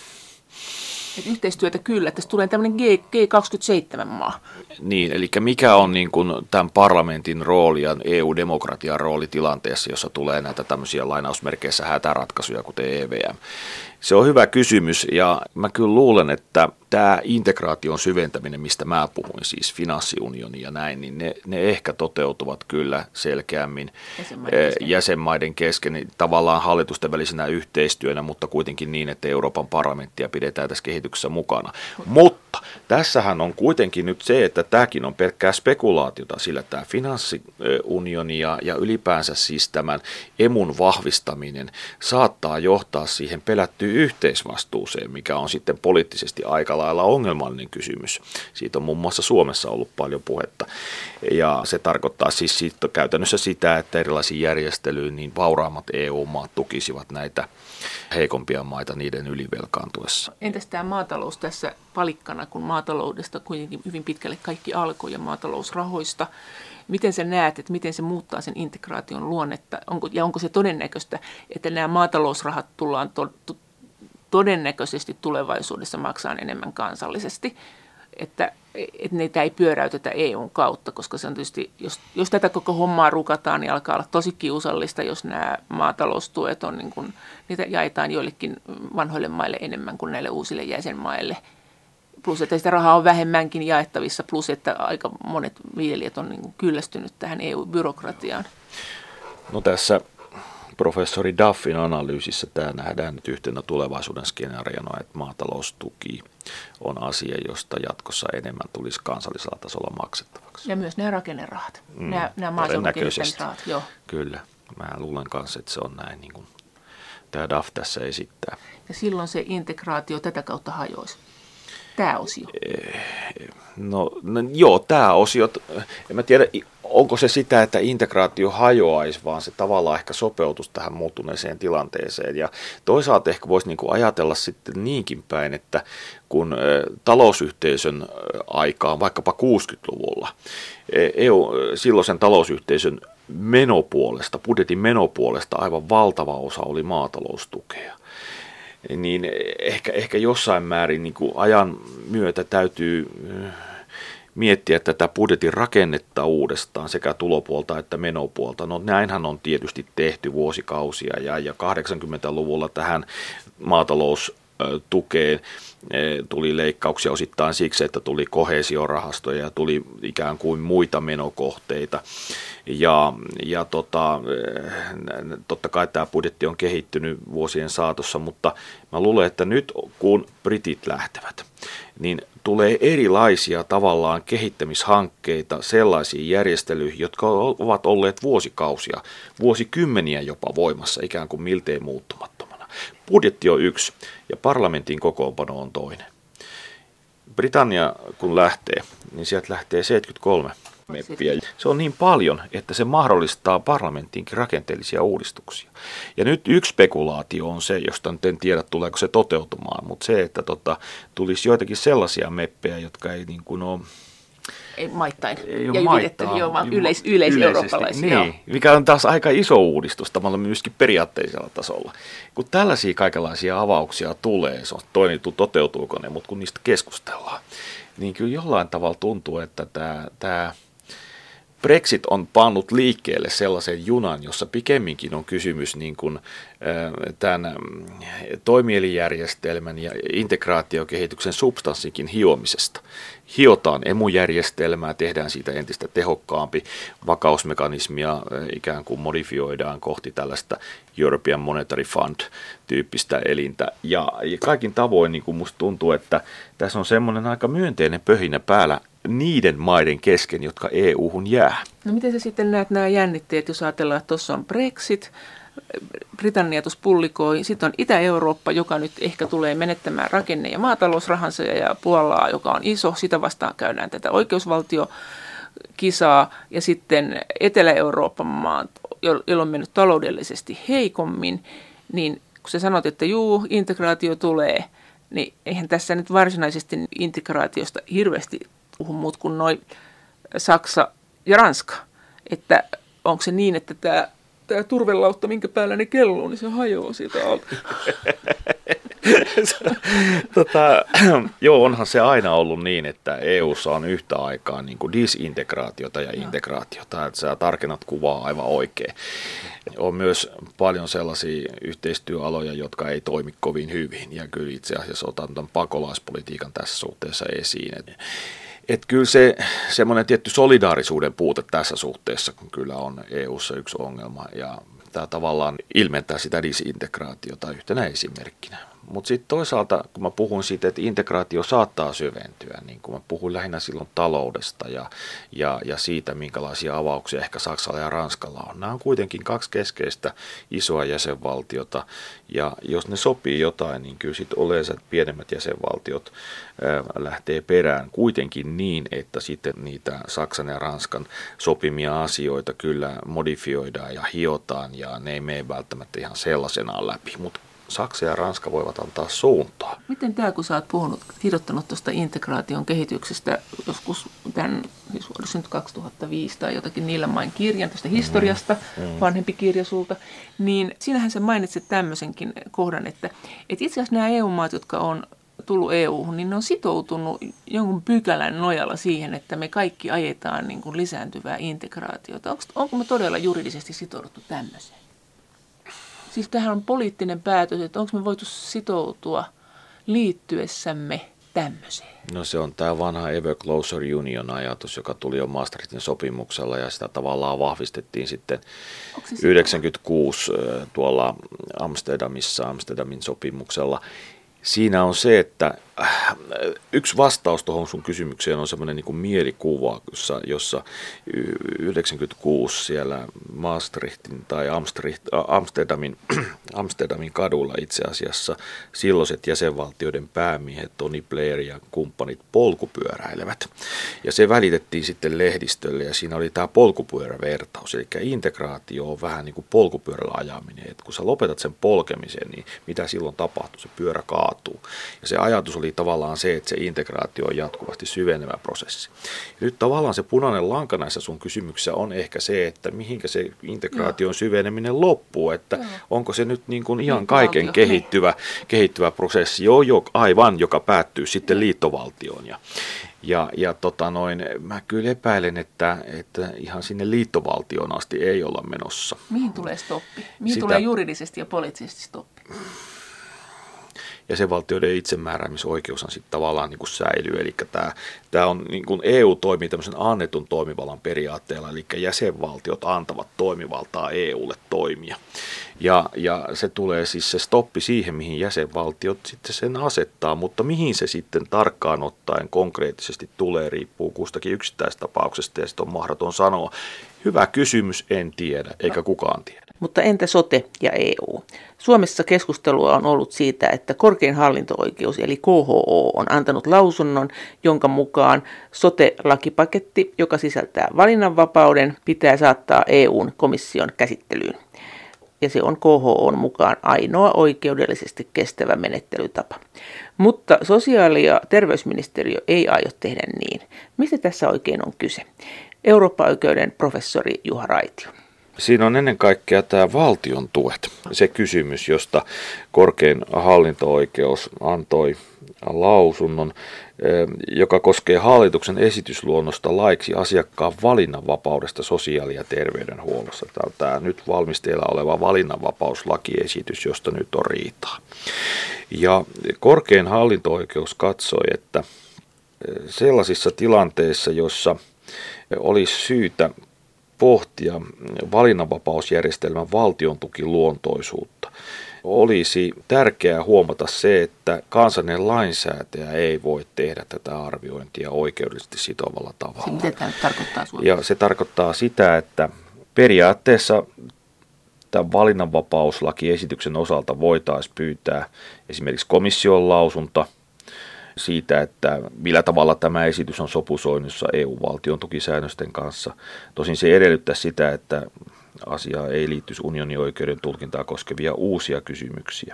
että yhteistyötä kyllä, että tässä tulee tämmöinen G27-maa. Niin, eli mikä on niin kuin tämän parlamentin rooli ja EU-demokratian rooli tilanteessa, jossa tulee näitä tämmöisiä lainausmerkeissä hätäratkaisuja, kuten EVM. Se on hyvä kysymys ja mä kyllä luulen, että tämä integraation syventäminen, mistä mä puhuin, siis finanssiunioni ja näin, niin ne ehkä toteutuvat kyllä selkeämmin jäsenmaiden kesken niin tavallaan hallitusten välisenä yhteistyönä, mutta kuitenkin niin, että Euroopan parlamenttia pidetään tässä kehityksessä mukana. Mutta tässähän on kuitenkin nyt se, että tämäkin on pelkkää spekulaatiota, sillä tämä finanssiunioni ja ylipäänsä siis tämän emun vahvistaminen saattaa johtaa siihen pelättyyn yhteisvastuuseen, mikä on sitten poliittisesti aika lailla ongelmallinen kysymys. Siitä on muun muassa Suomessa ollut paljon puhetta. Ja se tarkoittaa siis käytännössä sitä, että erilaisiin järjestelyihin niin vauraammat EU-maat tukisivat näitä heikompia maita niiden ylivelkaantuessa. Entäs tämä maatalous tässä palikkana, kun maataloudesta kuitenkin hyvin pitkälle kaikki alkoi ja maatalousrahoista. Miten sä näet, että miten se muuttaa sen integraation luonnetta? Onko se todennäköistä, että nämä maatalousrahat tullaan todennäköisesti tulevaisuudessa maksaa enemmän kansallisesti, että niitä ei pyöräytetä EUn kautta, koska se on tietysti, jos tätä koko hommaa rukataan, niin alkaa olla tosi kiusallista, jos nämä maataloustuet on, niin kun, niitä jaetaan joillekin vanhoille maille enemmän kuin näille uusille jäsenmaille. Plus, että sitä rahaa on vähemmänkin jaettavissa, plus, että aika monet viljelijät on niin kyllästynyt tähän EU-byrokratiaan. No tässä professori Duffin analyysissä tämä nähdään nyt yhtenä tulevaisuuden skenaariona, että maataloustuki on asia, josta jatkossa enemmän tulisi kansallisella tasolla maksettavaksi. Ja myös nämä rakennerahat, nämä maaseudun kehittämisrahat. Joo. Kyllä, mä luulen kanssa, että se on näin niin kuin tämä DAF tässä esittää. Ja silloin se integraatio tätä kautta hajoisi. Tämä osio. No joo, tämä osio, en mä tiedä, onko se sitä, että integraatio hajoaisi, vaan se tavallaan ehkä sopeutus tähän muuttuneeseen tilanteeseen. Ja toisaalta ehkä voisi niinku ajatella sitten niinkin päin, että kun talousyhteisön aikaan, vaikkapa 60-luvulla, silloisen talousyhteisön menopuolesta, budjetin menopuolesta aivan valtava osa oli maataloustukea. Niin ehkä jossain määrin niin kuin ajan myötä täytyy miettiä tätä budjetin rakennetta uudestaan sekä tulopuolta että menopuolta. No näinhän on tietysti tehty vuosikausia ja 80-luvulla tähän maataloustukeen tuli leikkauksia osittain siksi, että tuli koheesiorahastoja ja tuli ikään kuin muita menokohteita. Ja totta kai tämä budjetti on kehittynyt vuosien saatossa, mutta mä luulen, että nyt kun britit lähtevät, niin tulee erilaisia tavallaan kehittämishankkeita sellaisiin järjestelyihin, jotka ovat olleet vuosikausia, vuosikymmeniä jopa voimassa, ikään kuin miltei muuttumattomana. Budjetti on yksi ja parlamentin kokoonpano on toinen. Britannia kun lähtee, niin sieltä lähtee 73 meppiä. Se on niin paljon, että se mahdollistaa parlamenttiinkin rakenteellisia uudistuksia. Ja nyt yksi spekulaatio on se, josta nyt en tiedä tuleeko se toteutumaan, mutta se, että tulisi joitakin sellaisia meppejä, jotka ei niin kuin ole... Ei maittain. Ei ja jyvitettäviä, vaan yleiseurooppalaisia. Niin, mikä on taas aika iso uudistus tavallaan myöskin periaatteellisella tasolla. Kun tällaisia kaikenlaisia avauksia tulee, se on toinen, toteutuuko ne, mutta kun niistä keskustellaan, niin kyllä jollain tavalla tuntuu, että tämä Brexit on pannut liikkeelle sellaisen junan, jossa pikemminkin on kysymys niin kuin, tämän toimielijärjestelmän ja integraatiokehityksen substanssinkin hiomisesta. Hiotaan emujärjestelmää, tehdään siitä entistä tehokkaampi, vakausmekanismia ikään kuin modifioidaan kohti tällaista European Monetary Fund-tyyppistä elintä. Ja kaikin tavoin niin kuin musta tuntuu, että tässä on semmoinen aika myönteinen pöhinä päällä niiden maiden kesken, jotka EU-hun jää. No miten sä sitten näet nämä jännitteet, jos ajatellaan, että tuossa on Brexit, Britannia tuossa pullikoi, sitten on Itä-Eurooppa, joka nyt ehkä tulee menettämään rakenne- ja maatalousrahansa ja Puolaa, joka on iso, sitä vastaan käydään tätä oikeusvaltiokisaa, ja sitten Etelä-Euroopan maat, joilla on mennyt taloudellisesti heikommin, niin kun sä sanot, että integraatio tulee, niin eihän tässä nyt varsinaisesti integraatiosta hirveästi puhu muut kuin noin Saksa ja Ranska. Että onko se niin, että tämä turvelautta, minkä päällä ne kelluu, niin se hajoaa siitä alta. Joo, onhan se aina ollut niin, että EU:ssa on yhtä aikaa niin kuin disintegraatiota ja integraatiota. Että sä tarkennat kuvaa aivan oikein. On myös paljon sellaisia yhteistyöaloja, jotka ei toimi kovin hyvin. Ja kyllä itse asiassa otan tämän pakolaispolitiikan tässä suhteessa esiin. Että kyllä se semmoinen tietty solidaarisuuden puute tässä suhteessa kyllä on EU:ssa yksi ongelma ja tämä tavallaan ilmentää sitä disintegraatiota yhtenä esimerkkinä. Mutta sitten toisaalta, kun mä puhun siitä, että integraatio saattaa syventyä, niin kun mä puhun lähinnä silloin taloudesta ja siitä, minkälaisia avauksia ehkä Saksalla ja Ranskalla on. Nämä on kuitenkin kaksi keskeistä isoa jäsenvaltiota, ja jos ne sopii jotain, niin kyllä sitten oleellisesti pienemmät jäsenvaltiot lähtee perään kuitenkin niin, että sitten niitä Saksan ja Ranskan sopimia asioita kyllä modifioidaan ja hiotaan, ja ne ei mene välttämättä ihan sellaisenaan läpi, mutta Saksa ja Ranska voivat antaa suuntaa. Miten tämä, kun sä oot kirjoittanut tuosta integraation kehityksestä joskus tämän, siis nyt 2005 tai jotakin niillä main kirjan tästä historiasta, vanhempi kirja sulta, niin siinähän sä mainitset tämmöisenkin kohdan, että itse asiassa nämä EU-maat, jotka on tullut EU-hun, niin ne on sitoutunut jonkun pykälän nojalla siihen, että me kaikki ajetaan niin kuin lisääntyvää integraatiota. Onko me todella juridisesti sitouduttu tämmöiseen? Siis tähän on poliittinen päätös, että onko me voitu sitoutua liittyessämme tämmöiseen? No se on tämä vanha Ever Closer Union-ajatus, joka tuli jo Maastrichtin sopimuksella ja sitä tavallaan vahvistettiin sitten 1996 tuolla Amsterdamin sopimuksella. Siinä on se, että yksi vastaus tuohon sun kysymykseen on semmoinen niin kuin mielikuva, jossa 96 siellä Maastrichtin tai Amsterdamin kadulla itse asiassa silloiset jäsenvaltioiden päämiehet Tony Blair ja kumppanit polkupyöräilevät. Ja se välitettiin sitten lehdistölle ja siinä oli tämä polkupyörävertaus, eli integraatio on vähän niin kuin polkupyörällä ajaminen. Et kun sä lopetat sen polkemisen, niin mitä silloin tapahtuu? Se pyörä kaatuu. Ja se ajatus oli tavallaan se, että se integraatio on jatkuvasti syvenevä prosessi. Ja nyt tavallaan se punainen lanka näissä sun kysymyksissä on ehkä se, että mihinkä se integraation syveneminen loppuu, että onko se nyt niin kuin ihan kaiken kehittyvä prosessi, aivan, joka päättyy sitten liittovaltioon. Mä kyllä epäilen, että ihan sinne liittovaltioon asti ei olla menossa. Mihin tulee stoppi? Mihin tulee juridisesti ja poliittisesti stoppi? Jäsenvaltioiden itsemääräämisoikeushan sitten tavallaan niin kuin säilyy, eli tämä on niin kuin EU toimii tämmöisen annetun toimivallan periaatteella, eli jäsenvaltiot antavat toimivaltaa EUlle toimia. Ja se tulee siis se stoppi siihen, mihin jäsenvaltiot sitten sen asettaa, mutta mihin se sitten tarkkaan ottaen konkreettisesti tulee, riippuu kustakin yksittäistapauksesta ja sitten on mahdoton sanoa. Hyvä kysymys, en tiedä, eikä kukaan tiedä. Mutta entä sote ja EU? Suomessa keskustelua on ollut siitä, että korkein hallinto-oikeus eli KHO on antanut lausunnon, jonka mukaan sote-lakipaketti, joka sisältää valinnanvapauden, pitää saattaa EUn komission käsittelyyn. Ja se on KHOn mukaan ainoa oikeudellisesti kestävä menettelytapa. Mutta sosiaali- ja terveysministeriö ei aio tehdä niin. Mistä tässä oikein on kyse? Eurooppa-oikeuden professori Juha Raitio. Siinä on ennen kaikkea tämä valtion tuet, se kysymys, josta korkein hallinto-oikeus antoi lausunnon, joka koskee hallituksen esitysluonnosta laiksi asiakkaan valinnanvapaudesta sosiaali- ja terveydenhuollossa. Tämä on tämä nyt valmisteilla oleva valinnanvapauslakiesitys, josta nyt on riitaa. Ja korkein hallinto-oikeus katsoi, että sellaisissa tilanteissa, jossa olisi syytä pohtia valinnanvapausjärjestelmän valtiontukiluontoisuutta, olisi tärkeää huomata se, että kansallinen lainsäätäjä ei voi tehdä tätä arviointia oikeudellisesti sitovalla tavalla. Mitä tämä tarkoittaa Suomessa? Ja se tarkoittaa sitä, että periaatteessa tämän valinnanvapauslakiesityksen osalta voitaisiin pyytää esimerkiksi komission lausunta siitä, että millä tavalla tämä esitys on sopusoinnussa EU-valtion tukisäännösten kanssa. Tosin se edellyttää sitä, että asiaa ei liittyisi unionin oikeuden tulkintaa koskevia uusia kysymyksiä.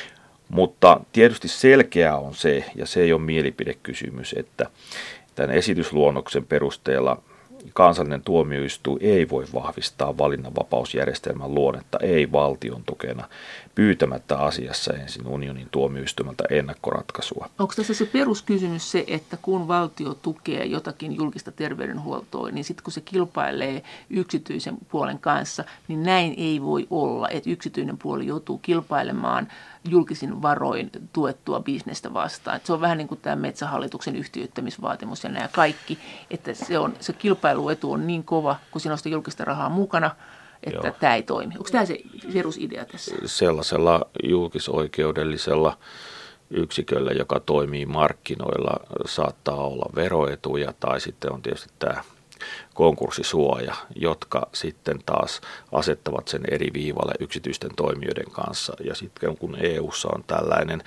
Mutta tietysti selkeää on se, ja se ei ole mielipidekysymys, että tämän esitysluonnoksen perusteella kansallinen tuomioistuin ei voi vahvistaa valinnanvapausjärjestelmän luonnetta ei valtion tukena pyytämättä asiassa ensin unionin tuomioistuimelta ennakkoratkaisua. Onko tässä se peruskysymys se, että kun valtio tukee jotakin julkista terveydenhuoltoa, niin sitten kun se kilpailee yksityisen puolen kanssa, niin näin ei voi olla, että yksityinen puoli joutuu kilpailemaan julkisin varoin tuettua bisnestä vastaan. Että se on vähän niin kuin tämä Metsähallituksen yhtiöittämisvaatimus ja nämä kaikki, että se kilpailuetu on niin kova, kun siinä on sitä julkista rahaa mukana, että tämä ei toimi. Onko tämä se perusidea tässä? Sellaisella julkisoikeudellisella yksiköllä, joka toimii markkinoilla, saattaa olla veroetuja tai sitten on tietysti tämä konkurssisuoja, jotka sitten taas asettavat sen eri viivalle yksityisten toimijoiden kanssa. Ja sitten kun EU:ssa on tällainen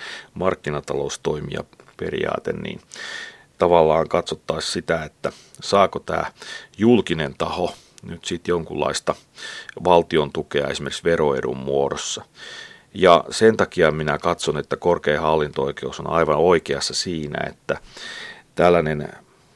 markkinataloustoimijaperiaate, niin tavallaan katsottaisiin sitä, että saako tämä julkinen taho nyt sitten jonkunlaista valtion tukea esimerkiksi veroedun muodossa. Ja sen takia minä katson, että korkein hallinto-oikeus on aivan oikeassa siinä, että tällainen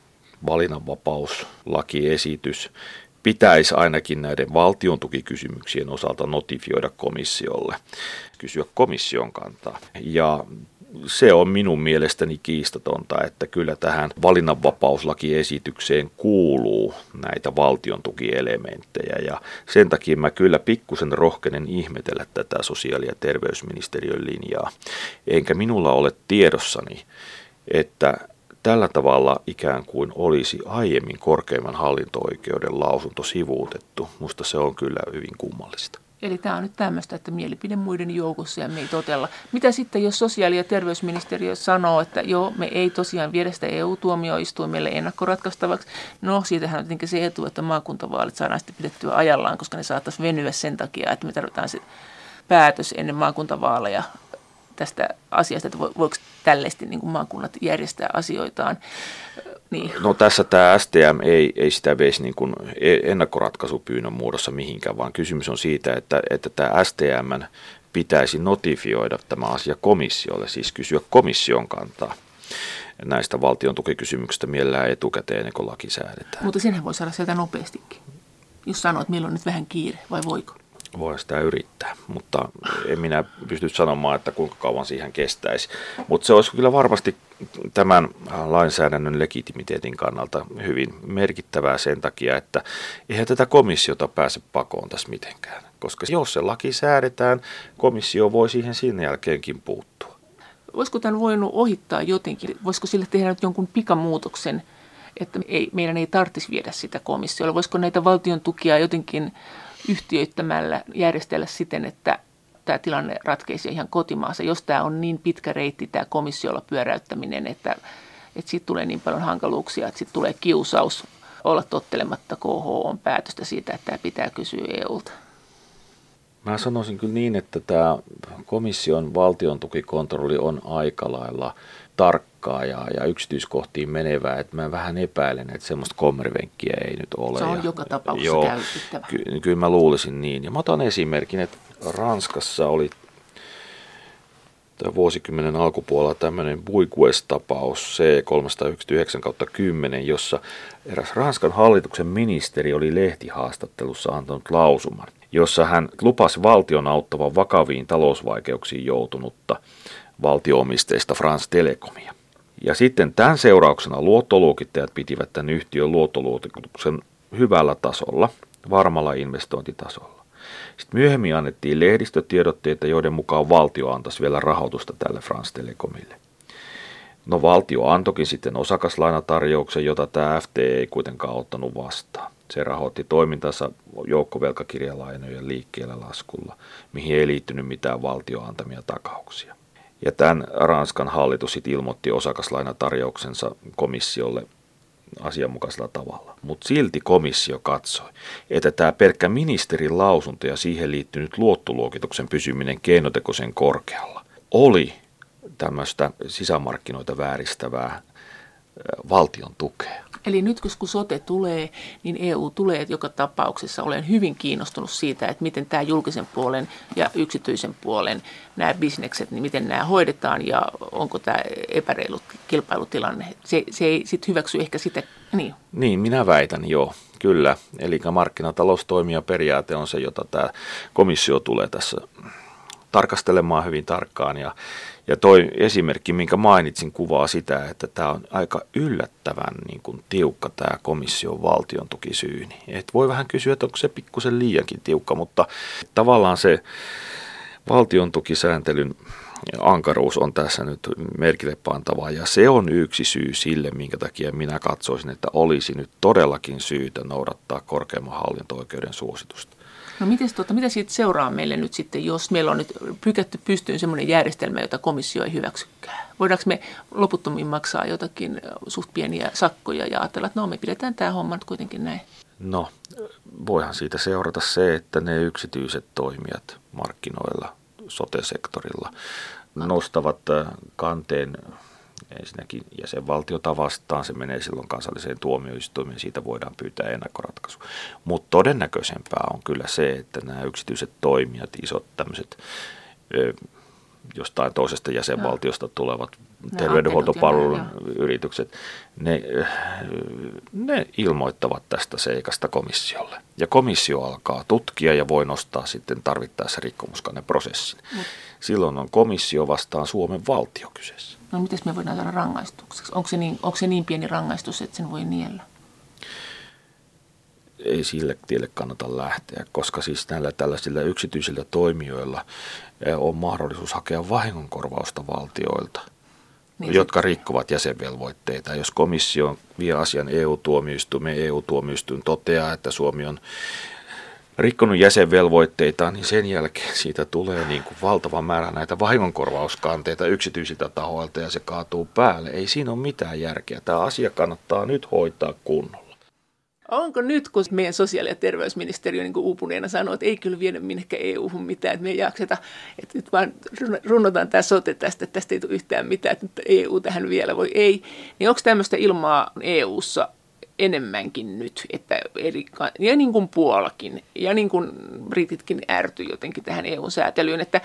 valinnanvapauslakiesitys pitäisi ainakin näiden valtion tukikysymyksien osalta notifioida komissiolle, kysyä komission kantaa. Ja se on minun mielestäni kiistatonta, että kyllä tähän valinnanvapauslakiesitykseen kuuluu näitä valtion tukielementtejä ja sen takia mä kyllä pikkusen rohkenen ihmetellä tätä sosiaali- ja terveysministeriön linjaa. Enkä minulla ole tiedossani, että tällä tavalla ikään kuin olisi aiemmin korkeimman hallinto-oikeuden lausunto sivuutettu. Musta se on kyllä hyvin kummallista. Eli tämä on nyt tämmöistä, että mielipide muiden joukossa ja me ei totella. Mitä sitten, jos sosiaali- ja terveysministeriö sanoo, että joo, me ei tosiaan viedä sitä EU-tuomioistuimelle ennakkoratkaistavaksi. No, siitähän on tietenkin se etu, että maakuntavaalit saadaan sitten pidettyä ajallaan, koska ne saattaisi venyä sen takia, että me tarvitaan se päätös ennen maakuntavaaleja tästä asiasta, että voiko tällaisesti niin kuin maakunnat järjestää asioitaan. Niin. No tässä tämä STM ei sitä veisi niin kuin ennakkoratkaisupyynnön muodossa mihinkään, vaan kysymys on siitä, että tämä STM pitäisi notifioida tämä asia komissiolle, siis kysyä komission kantaa näistä valtion tukikysymyksistä mielellään etukäteen ennen kuin laki säädetään. Mutta senhän voi saada sieltä nopeastikin, jos sanoo, että meillä on nyt vähän kiire, vai voiko? Voi sitä yrittää, mutta en minä pysty sanomaan, että kuinka kauan siihen kestäisi. Mutta se olisi kyllä varmasti tämän lainsäädännön legitimiteetin kannalta hyvin merkittävää sen takia, että eihän tätä komissiota pääse pakoon tässä mitenkään. Koska jos se laki säädetään, komissio voi siihen sinne jälkeenkin puuttua. Voisiko tämän voinut ohittaa jotenkin? Voisiko sille tehdä nyt jonkun pikamuutoksen, että meidän ei tarvitsisi viedä sitä komissiolle? Voisiko näitä valtion tukia jotenkin yhtiöittämällä järjestellä siten, että tämä tilanne ratkeisi ihan kotimaassa, jos tämä on niin pitkä reitti, tämä komissiolla pyöräyttäminen, että siitä tulee niin paljon hankaluuksia, että sitten tulee kiusaus olla tottelematta KHO:n päätöstä siitä, että tämä pitää kysyä EUlta. Mä sanoisin kyllä niin, että tämä komission valtion tukikontrolli on aika lailla tarkkaa ja yksityiskohtiin menevää, että mä vähän epäilen, että semmoista kommervenkkiä ei nyt ole. Se on joka tapauksessa käytettävä. Kyllä mä luulisin niin. Ja mä otan esimerkin, että Ranskassa oli vuosikymmenen alkupuolella tämmöinen Bouygues-tapaus C319/10, jossa eräs Ranskan hallituksen ministeri oli lehtihaastattelussa antanut lausuman, jossa hän lupasi valtion auttavan vakaviin talousvaikeuksiin joutunutta valtio-omisteista France Telecomia. Ja sitten tämän seurauksena luottoluokittajat pitivät tämän yhtiön luottoluokituksen hyvällä tasolla, varmalla investointitasolla. Sitten myöhemmin annettiin lehdistötiedotteita, joiden mukaan valtio antaisi vielä rahoitusta tälle France Telecomille. No valtio antoikin sitten osakaslainatarjouksen, jota tämä FT ei kuitenkaan ottanut vastaan. Se rahoitti toimintansa joukkovelkakirjalainojen liikkeellä laskulla, mihin ei liittynyt mitään valtion antamia takauksia. Ja tämän Ranskan hallitus sitten ilmoitti osakaslainatarjouksensa komissiolle asianmukaisella tavalla. Mutta silti komissio katsoi, että tämä pelkkä ministerin lausunto ja siihen liittynyt luottoluokituksen pysyminen keinotekoisen korkealla oli tämmöistä sisämarkkinoita vääristävää valtion tukea. Eli nyt kun sote tulee, niin EU tulee joka tapauksessa. Olen hyvin kiinnostunut siitä, että miten tämä julkisen puolen ja yksityisen puolen nämä bisnekset, niin miten nämä hoidetaan ja onko tämä epäreilu kilpailutilanne. Se ei sitten hyväksy ehkä sitä, niin. Niin, minä väitän, joo, kyllä. Eli markkinataloustoimijaperiaate on se, jota tämä komissio tulee tässä tarkastelemaan hyvin tarkkaan. Ja toi esimerkki, minkä mainitsin, kuvaa sitä, että tämä on aika yllättävän niin kuin tiukka tämä komission valtion tukisyyni. Et voi vähän kysyä, että onko se pikkusen liiankin tiukka, mutta tavallaan se valtion tukisääntelyn ankaruus on tässä nyt merkille pantavaa. Ja se on yksi syy sille, minkä takia minä katsoisin, että olisi nyt todellakin syytä noudattaa korkeimman hallinto-oikeuden suositusta. No mitä siitä seuraa meille nyt sitten, jos meillä on nyt pykätty pystyyn semmoinen järjestelmä, jota komissio ei hyväksykään? Voidaanko me loputtomiin maksaa jotakin suht pieniä sakkoja ja ajatella, että no me pidetään tämä homma nyt kuitenkin näin? No, voihan siitä seurata se, että ne yksityiset toimijat markkinoilla, sote-sektorilla nostavat kanteen ensinnäkin jäsenvaltiota vastaan, se menee silloin kansalliseen tuomioistuimeen, siitä voidaan pyytää ennakkoratkaisu. Mutta todennäköisempää on kyllä se, että nämä yksityiset toimijat, isot tämmöiset jostain toisesta jäsenvaltiosta tulevat terveydenhuoltopalvelun yritykset, ne ilmoittavat tästä seikasta komissiolle. Ja komissio alkaa tutkia ja voi nostaa sitten tarvittaessa rikkomuskanneprosessin. Silloin on komissio vastaan Suomen valtio kyseessä. No mitäs me voidaan saada rangaistukseksi? Onko se niin pieni rangaistus, että sen voi niellä? Ei sille tielle kannata lähteä, koska siis näillä tällaisilla yksityisillä toimijoilla on mahdollisuus hakea vahingonkorvausta valtioilta, niin jotka rikkovat jäsenvelvoitteita. Jos komissio vie asian EU-tuomioistuimeen, EU-tuomioistuin toteaa, että Suomi on rikkonut jäsenvelvoitteita, niin sen jälkeen siitä tulee niin kuin valtava määrä näitä vahingonkorvauskanteita yksityisiltä tahoilta ja se kaatuu päälle. Ei siinä ole mitään järkeä. Tämä asia kannattaa nyt hoitaa kunnolla. Onko nyt, kun meidän sosiaali- ja terveysministeriö niin kuin uupuneena sanoo, että ei kyllä viedä minnekään EU-hun mitään, että me ei jakseta, että nyt vaan runnotaan tämä sote tästä, että tästä ei tule yhtään mitään, että EU tähän vielä voi ei, niin onko tämmöistä ilmaa EU:ssa enemmänkin nyt, että ja niin kuin Puolakin ja niin kuin brititkin ärtyi jotenkin tähän EU-säätelyyn, että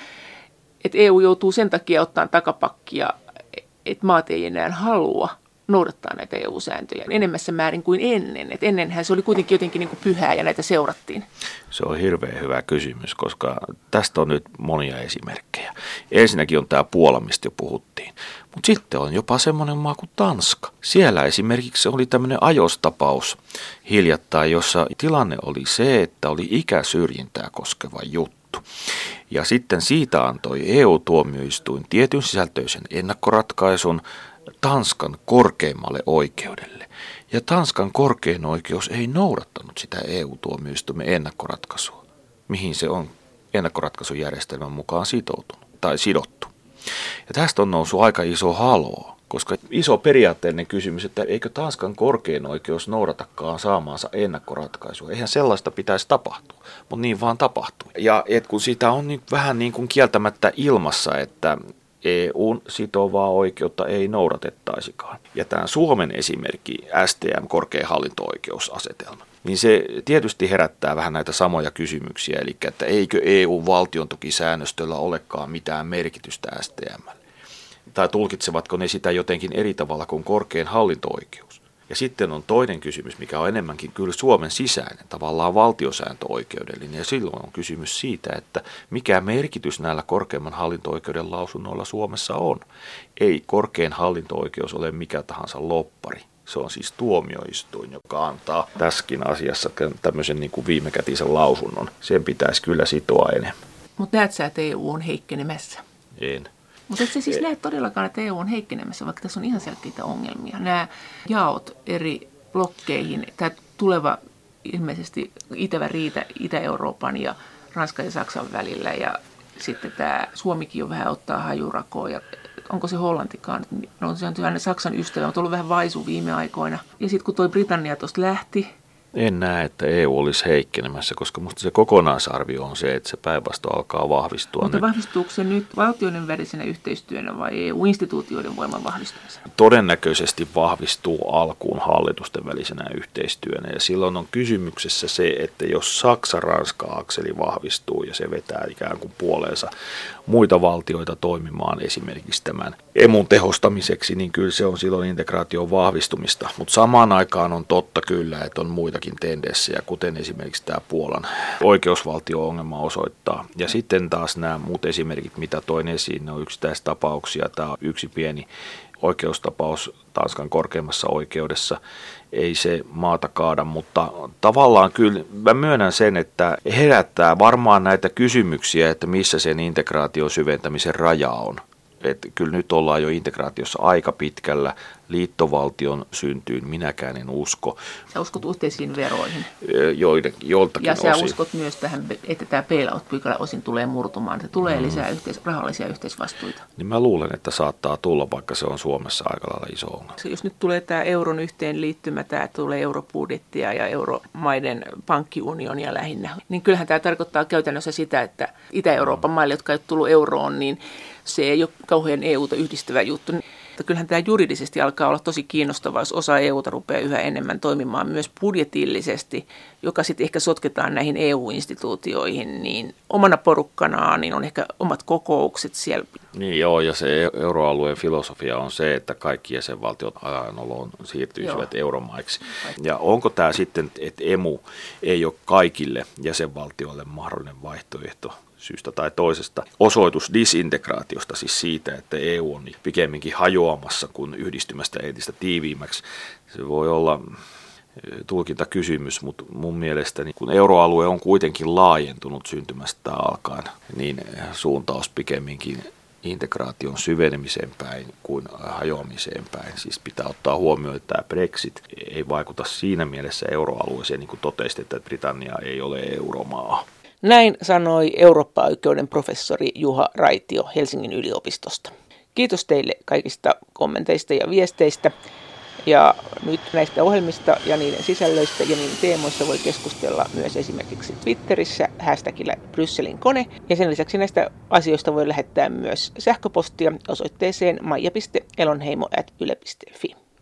EU joutuu sen takia ottaa takapakkia, että maat ei enää halua noudattaa näitä EU-sääntöjä enemmässä määrin kuin ennen. Et ennenhän se oli kuitenkin jotenkin niin kuin pyhää ja näitä seurattiin. Se on hirveän hyvä kysymys, koska tästä on nyt monia esimerkkejä. Ensinnäkin on tämä Puola, mistä jo puhuttiin. Mutta sitten on jopa semmoinen maa kuin Tanska. Siellä esimerkiksi oli tämmöinen ajostapaus hiljattain, jossa tilanne oli se, että oli ikäsyrjintää koskeva juttu. Ja sitten siitä antoi EU-tuomioistuin tietyn sisältöisen ennakkoratkaisun Tanskan korkeimmalle oikeudelle. Ja Tanskan korkein oikeus ei noudattanut sitä EU-tuomioistuimen ennakkoratkaisua, mihin se on ennakkoratkaisujärjestelmän mukaan sitoutunut tai sidottu. Ja tästä on noussut aika iso haloo, koska iso periaatteellinen kysymys, että eikö Tanskan korkein oikeus noudatakaan saamaansa ennakkoratkaisua. Eihän sellaista pitäisi tapahtua, mutta niin vaan tapahtuu. Ja kun sitä on niin vähän niin kuin kieltämättä ilmassa, että EUn sitovaa oikeutta ei noudatettaisikaan. Ja tämä Suomen esimerkki, STM, korkein hallinto-oikeusasetelma, niin se tietysti herättää vähän näitä samoja kysymyksiä, eli että eikö EUn valtiontukisäännöstöllä olekaan mitään merkitystä STM:lle. Tai tulkitsevatko ne sitä jotenkin eri tavalla kuin korkein hallinto-oikeus. Ja sitten on toinen kysymys, mikä on enemmänkin kyllä Suomen sisäinen, tavallaan valtiosääntöoikeudellinen. Ja silloin on kysymys siitä, että mikä merkitys näillä korkeimman hallinto-oikeuden lausunnoilla Suomessa on. Ei korkein hallinto-oikeus ole mikä tahansa loppari. Se on siis tuomioistuin, joka antaa tässäkin asiassa tämmöisen niin kuin viimekätisen lausunnon. Sen pitäisi kyllä sitoa enemmän. Mutta näet sä, että EU on heikkenemässä? En. Mutta et sä siis näe todellakaan, että EU on heikkenemässä, vaikka tässä on ihan selkeitä ongelmia. Nämä jaot eri blokkeihin, tämä tuleva ilmeisesti itävä riita Itä-Euroopan ja Ranskan ja Saksan välillä ja sitten tämä Suomikin jo vähän ottaa hajurakoon ja onko se Hollantikaan? No se on tyhjänä Saksan ystävä, mutta ollut vähän vaisu viime aikoina. Ja sitten kun toi Britannia tuosta lähti. En näe, että EU olisi heikkenemässä, koska minusta se kokonaisarvio on se, että se päinvastoin alkaa vahvistua. Mutta vahvistuuko se nyt valtioiden välisenä yhteistyönä vai EU-instituutioiden voiman vahvistumisena? Todennäköisesti vahvistuu alkuun hallitusten välisenä yhteistyönä. Ja silloin on kysymyksessä se, että jos Saksa-Ranska-akseli vahvistuu ja se vetää ikään kuin puoleensa muita valtioita toimimaan esimerkiksi tämän emun tehostamiseksi, niin kyllä se on silloin integraation vahvistumista. Mutta samaan aikaan on totta kyllä, että on muitakin tendenssejä, kuten esimerkiksi tämä Puolan oikeusvaltio-ongelma osoittaa. Ja sitten taas nämä muut esimerkit, mitä toin esiin, ne on yksittäistapauksia. Tämä on yksi pieni oikeustapaus Tanskan korkeimmassa oikeudessa. Ei se maata kaada, mutta tavallaan kyllä mä myönnän sen, että herättää varmaan näitä kysymyksiä, että missä sen integraation syventämisen raja on. Että kyllä nyt ollaan jo integraatiossa aika pitkällä, liittovaltion syntyyn minäkään en usko. Sä uskot yhteisiin veroihin. Joltakin osin. Ja sä uskot myös tähän, että tämä bail-out-pykälä osin tulee murtumaan, että tulee lisää rahallisia yhteisvastuita. Niin mä luulen, että saattaa tulla, vaikka se on Suomessa aika lailla iso ongelma. Jos nyt tulee tämä euron yhteenliittymä, tämä tulee eurobudjettia ja euromaiden pankkiunionia lähinnä, niin kyllähän tämä tarkoittaa käytännössä sitä, että Itä-Euroopan maille, jotka ei ole tullut euroon, niin se ei ole kauhean EUta yhdistävä juttu. Kyllähän tämä juridisesti alkaa olla tosi kiinnostavaa, jos osa EUta rupeaa yhä enemmän toimimaan myös budjetillisesti, joka sitten ehkä sotketaan näihin EU-instituutioihin, niin omana porukkanaan niin on ehkä omat kokoukset siellä. Niin joo, ja se euroalueen filosofia on se, että kaikki jäsenvaltiot ajanoloon siirtyisivät euromaiksi. Ja onko tämä sitten, että emu ei ole kaikille jäsenvaltioille mahdollinen vaihtoehto? Syystä tai toisesta osoitus disintegraatiosta, siis siitä, että EU on pikemminkin hajoamassa kuin yhdistymästä entistä tiiviimmäksi. Se voi olla tulkintakysymys, mutta mun mielestäni kun euroalue on kuitenkin laajentunut syntymästä alkaen, niin suuntaus pikemminkin integraation syvenemiseen päin kuin hajoamiseen päin. Siis pitää ottaa huomioon, että tämä Brexit ei vaikuta siinä mielessä euroalueeseen, niin kuin totesit, että Britannia ei ole euromaa. Näin sanoi eurooppa-oikeuden professori Juha Raitio Helsingin yliopistosta. Kiitos teille kaikista kommenteista ja viesteistä. Ja nyt näistä ohjelmista ja niiden sisällöistä ja niiden teemoista voi keskustella myös esimerkiksi Twitterissä hashtagillä Brysselin kone. Ja sen lisäksi näistä asioista voi lähettää myös sähköpostia osoitteeseen maija.elonheimo@yle.fi.